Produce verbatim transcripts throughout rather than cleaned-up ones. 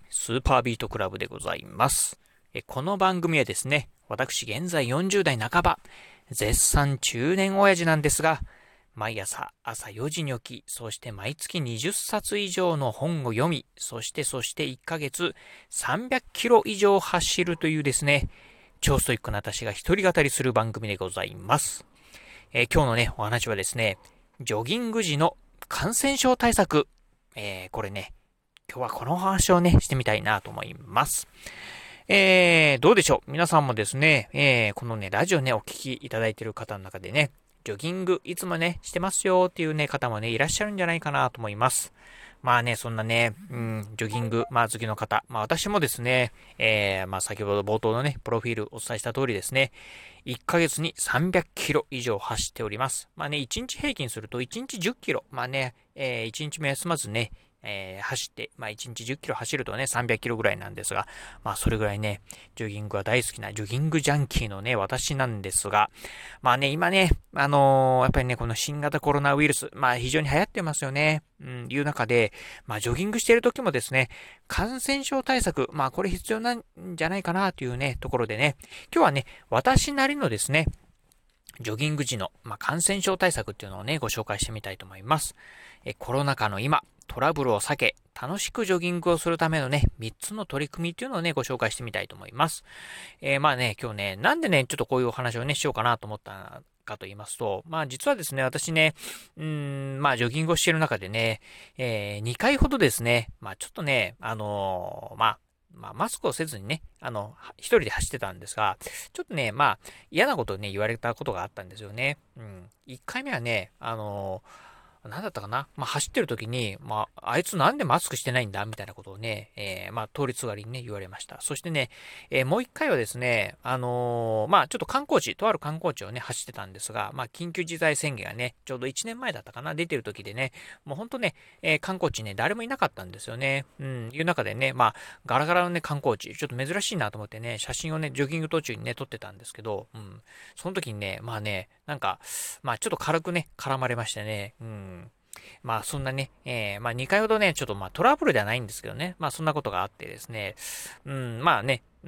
スーパービートクラブでございます。えこの番組はですね、私現在よんじゅう代半ば、絶賛中年親父なんですが、毎朝朝よじに起き、そして毎月にじゅっさつ以上の本を読み、そしてそしていっかげつさんびゃくキロ以上走るというですね、超ストイックな私が一人語りする番組でございます。えー今日のね、お話はですね、ジョギング時の感染症対策。えーこれね、今日はこのお話をね、してみたいなと思います。えー、どうでしょう皆さんもですね、えー、このね、ラジオね、お聞きいただいている方の中でね、ジョギングいつもね、してますよっていうね、方もね、いらっしゃるんじゃないかなと思います。まあね、そんなね、うん、ジョギング、まあ好きの方、まあ私もですね、えー、まあ先ほど冒頭のね、プロフィールお伝えした通りですね、いっかげつにさんびゃくキロ以上走っております。まあね、いちにち平均するといちにちじゅっキロ、まあね、えー、いちにちめ休まずね、えー、走って、まあいちにちじゅっキロ走るとね、さんびゃくキロぐらいなんですが、まあそれぐらいね、ジョギングが大好きなジョギングジャンキーのね、私なんですが、まあね、今ね、あのーやっぱりね、この新型コロナウイルス、まあ非常に流行ってますよね。うん、いう中で、まあジョギングしている時もですね、感染症対策、まあこれ必要なんじゃないかなというね、ところでね、今日はね、私なりのですね、ジョギング時の、まあ、感染症対策っていうのをね、ご紹介してみたいと思います。えコロナ禍の今、トラブルを避け、楽しくジョギングをするためのね、みっつの取り組みっていうのをね、ご紹介してみたいと思います。えーまあね、今日ね、なんでね、ちょっとこういうお話をね、しようかなと思ったかと言いますと、まあ実はですね、私ね、うーん、まあジョギングをしている中でね、えー、にかいほどですね、まあちょっとね、あのーまあ、まあ、マスクをせずにね、あの、一人で走ってたんですが、ちょっとね、まあ、嫌なことをね、言われたことがあったんですよね。うん。いっかいめはね、あのなんだったかなまあ、走ってる時に、まあ、あいつなんでマスクしてないんだみたいなことをね、えー、まあ、通りすがりにね、言われました。そしてね、えー、もう一回はですね、あのーまあ、ちょっと観光地、とある観光地をね、走ってたんですが、まあ、緊急事態宣言がね、ちょうどいちねんまえだったかな、出てる時でね、もうほんとね、えー、観光地ね、誰もいなかったんですよね。うん、いう中でね、まあ、ガラガラのね、観光地、ちょっと珍しいなと思ってね、写真をね、ジョギング途中にね、撮ってたんですけど、うん、その時にね、まあね、なんか、まあ、ちょっと軽くね、絡まれましてね、うん、まあそんなね、えー、まあにかいほどね、ちょっとまあトラブルではないんですけどね、まあそんなことがあってですね、うん、まあね、うん、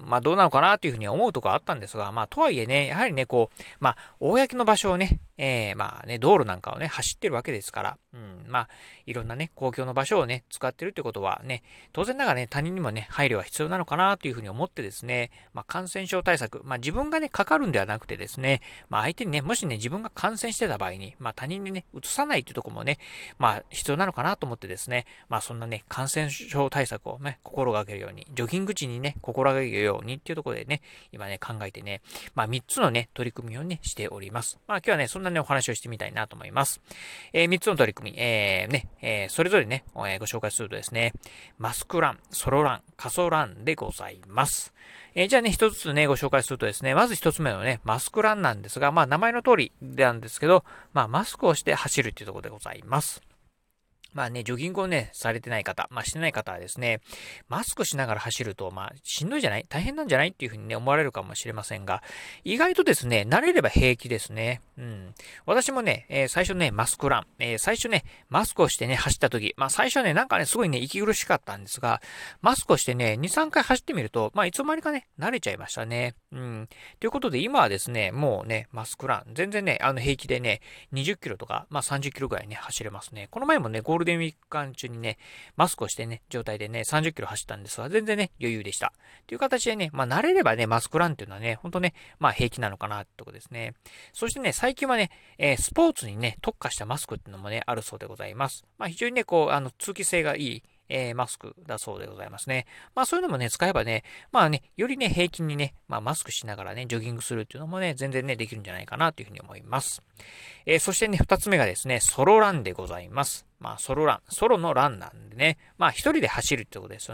まあどうなのかなというふうに思うところはあったんですが、まあとはいえね、やはりね、こう、まあ公の場所をね、えー、まあね、道路なんかをね、走ってるわけですから、うん、まあいろんなね、公共の場所をね、使ってるってことはね、当然ながらね、他人にもね、配慮は必要なのかなというふうに思ってですね、まあ感染症対策、まあ自分がね、かかるんではなくてですね、まあ相手にね、もしね、自分が感染してた場合に、まあ他人にね、移さないっていうところもね、まあ必要なのかなと思ってですね、まあそんなね、感染症対策をね、心がけるように、ジョギング時にね、心がけるようにっていうところでね、今ね、考えてね、まあみっつのね、取り組みをね、しております。まあ今日はね、そんなね、お話をしてみたいなと思います。えー、みっつの取り組み、えー、ね、えー、それぞれね、えーご紹介するとですね、マスクラン、ソロラン、仮想ランでございます。えー、じゃあね、一つずつね、ご紹介するとですね、まず一つ目のね、マスクランなんですが、まあ名前の通りなんですけど、まあマスクをして走るっていうところでございます。まあね、ジョギングをね、されてない方、まあしてない方はですね、マスクしながら走ると、まあしんどいじゃない大変なんじゃないっていうふうにね、思われるかもしれませんが、意外とですね、慣れれば平気ですね。うん。私もね、えー最初ね、マスクラン、えー最初ね、マスクをしてね、走った時、まあ最初はね、なんかね、すごいね、息苦しかったんですが、マスクをしてね、に、さんかい走ってみると、まあいつの間にかね、慣れちゃいましたね。うん。ということで、今はですね、もうね、マスクラン、全然ね、あの平気でね、にじゅっキロとか、まあさんじゅっキロぐらいね、走れますね。この前もね、ゴールデンウィーク期間中にね、マスクをしてね、状態でね、さんじゅっキロ走ったんですが、全然ね、余裕でした。という形でね、まあ慣れればね、マスクランっていうのはね、ほんとね、まあ平気なのかなってとこですね。そしてね、最近はね、えースポーツにね、特化したマスクっていうのもね、あるそうでございます。まあ非常にね、こう、あの、通気性がいい、えーマスクだそうでございますね。まあそういうのもね、使えばね、まあね、よりね、平均にね、まあマスクしながらね、ジョギングするっていうのもね、全然ね、できるんじゃないかなというふうに思います。えーそしてね、二つ目がですね、ソロランでございます。まあソロラン、ソロのランなんでね、まあ一人で走るってことですよね。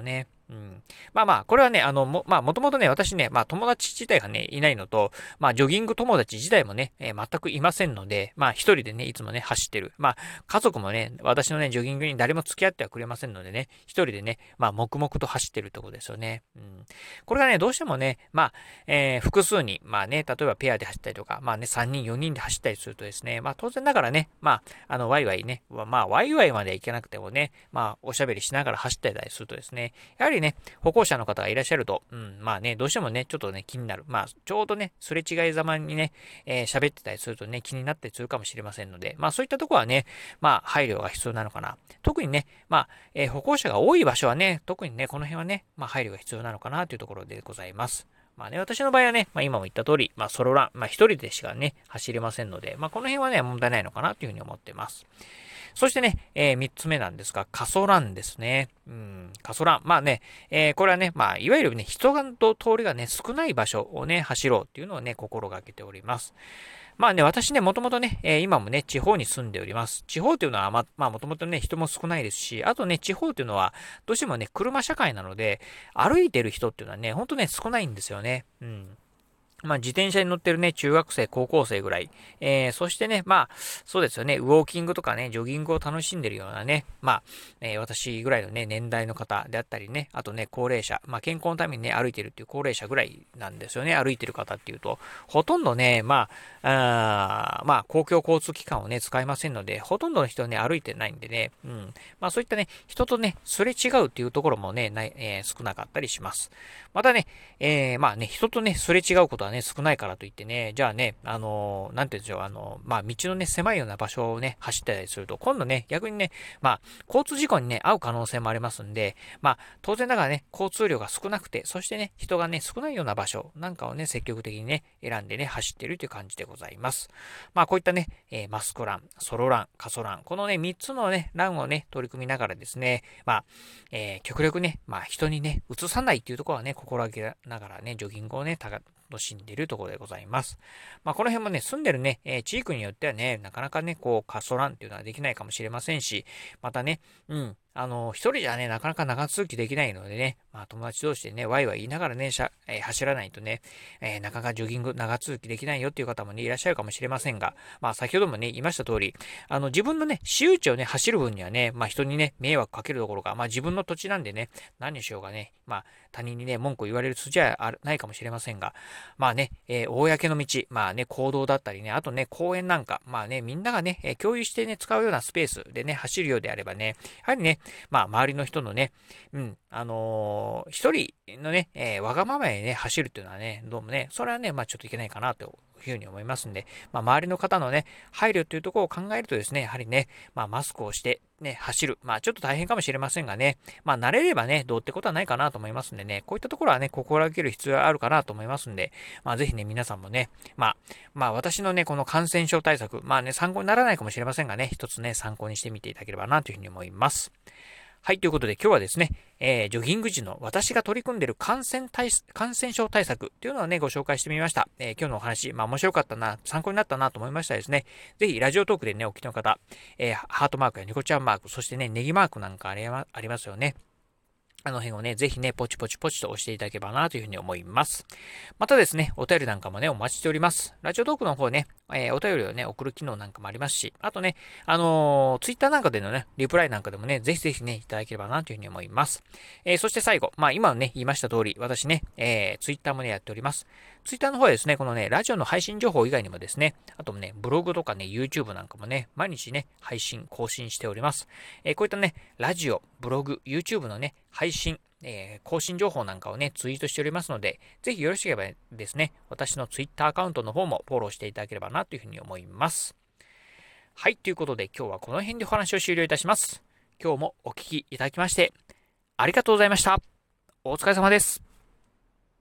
うん。まあまあ、これはね、あの、も、まあ、もともとね、私ね、まあ、友達自体がね、いないのと、まあ、ジョギング友達自体もね、えー全くいませんので、まあ、一人でね、いつもね、走ってる。まあ、家族もね、私のね、ジョギングに誰も付き合ってはくれませんのでね、一人でね、まあ、黙々と走ってるところですよね。うん。これがね、どうしてもね、まあ、えー複数に、まあね、例えばペアで走ったりとか、まあね、さんにん、よにんで走ったりするとですね、まあ、当然ながらね、まあ、あの、ワイワイね、まあ、ワイワイまではいけなくてもね、まあ、おしゃべりしながら走ってたりするとですね、やはりね、歩行者の方がいらっしゃると、うん、まあね、どうしてもね、ちょっとね、気になる。まあ、ちょうどね、すれ違いざまにね、えー喋ってたりするとね、気になったりするかもしれませんので、まあそういったところはね、まあ配慮が必要なのかな。特にね、まあ、えー歩行者が多い場所はね、特にね、この辺はね、まあ配慮が必要なのかなというところでございます。まあね、私の場合はね、まあ今も言った通り、まあソロラン、まあ一人でしかね、走れませんので、まあこの辺はね、問題ないのかなというふうに思っています。そしてね、えー、三つ目なんですが、過疎ランですね。うん、過疎ラン。まあね、えー、これはね、まあ、いわゆるね、人がと通りがね、少ない場所をね、走ろうっていうのをね、心がけております。まあね、私ね、もともとね、えー、今もね、地方に住んでおります。地方というのは、ま、まあ、もともとね、人も少ないですし、あとね、地方というのは、どうしてもね、車社会なので、歩いてる人っていうのはね、ほんとね、少ないんですよね。うん。まあ、自転車に乗ってるね、中学生、高校生ぐらい。えー、そしてね、まあ、そうですよね、ウォーキングとかね、ジョギングを楽しんでるようなね、まあ、えー、私ぐらいのね、年代の方であったりね、あとね、高齢者、まあ、健康のためにね、歩いてるっていう高齢者ぐらいなんですよね、歩いてる方っていうと。ほとんどね、まあ、あまあ、公共交通機関をね、使いませんので、ほとんどの人はね、歩いてないんでね、うん。まあ、そういったね、人とね、すれ違うっていうところもね、ない、えー、少なかったりします。またね、えー、まあね、人とね、すれ違うことはね、少ないからといってね、じゃあね、あのー、なんて言うんでしょう、あのー、まあ、道のね、狭いような場所をね、走ってたりすると、今度ね、逆にね、まあ、交通事故にね、遭う可能性もありますんで、まあ、当然ながらね、交通量が少なくて、そしてね、人がね、少ないような場所なんかをね、積極的にね、選んでね、走っているという感じでございます。まあ、こういったね、えー、マスクラン、ソロラン、カソラン、このね、みっつのね、ランをね、取り組みながらですね、まあ、えー、極力ね、まあ、人にね、移さないっていうところはね、心がけながらね、ジョギングをね、楽しんでいるところでございます。まあ、この辺もね、住んでるね、えー、地域によってはね、なかなかね、こう、過疎ランっていうのはできないかもしれませんし、またね、うん、あの、一人じゃね、なかなか長続きできないのでね、まあ、友達同士でね、ワイワイ言いながらね、しゃえー、走らないとね、えー、なかなかジョギング長続きできないよっていう方もね、いらっしゃるかもしれませんが、まあ、先ほどもね、言いました通り、あの、自分のね、私有地をね、走る分にはね、まあ、人にね、迷惑かけるどころか、まあ、自分の土地なんでね、何にしようがね、まあ、他人にね、文句言われる筋合いはないかもしれませんが、まあね、えー、公の道、まあね、公道だったりね、あとね、公園なんか、まあね、みんながね、えー、共有してね、使うようなスペースでね、走るようであればね、やはりね、まあ、周りの人のね、うん、あのー、一人のね、えー、わがままにね、走るっていうのはね、どうもね、それはね、まあちょっといけないかなというふうに思いますんで、まあ周りの方のね、配慮というところを考えるとですね、やはりね、まあマスクをしてね、走る。まあちょっと大変かもしれませんがね、まあ慣れればね、どうってことはないかなと思いますんでね、こういったところはね、心がける必要があるかなと思いますんで、まあぜひね、皆さんもね、まあ、まあ私のね、この感染症対策、まあね、参考にならないかもしれませんがね、一つね、参考にしてみていただければなというふうに思います。はい、ということで今日はですね、えー、ジョギング時の私が取り組んでいる感染対感染症対策っていうのをね、ご紹介してみました。えー、今日のお話、まあ面白かったな、参考になったなと思いましたらですね、ぜひラジオトークでね、お聞きの方、えー、ハートマークやニコちゃんマーク、そしてね、ネギマークなんかありますよね。あの辺をね、ぜひね、ポチポチポチと押していただければなというふうに思います。またですね、お便りなんかもね、お待ちしております。ラジオトークの方ね、えー、お便りをね、送る機能なんかもありますし、あとね、あのー、ツイッターなんかでのね、リプライなんかでもね、ぜひぜひね、いただければなというふうに思います。えー、そして最後、まあ今ね、言いました通り、私ね、えー、ツイッターもね、やっております。ツイッターの方はですね、このね、ラジオの配信情報以外にもですね、あとね、ブログとかね、YouTube なんかもね、毎日ね、配信、更新しております。えー、こういったね、ラジオ、ブログ、YouTube のね、配信、えー、更新情報なんかをね、ツイートしておりますので、ぜひよろしければですね、私のツイッターアカウントの方もフォローしていただければなというふうに思います。はい、ということで今日はこの辺でお話を終了いたします。今日もお聞きいただきまして、ありがとうございました。お疲れ様です。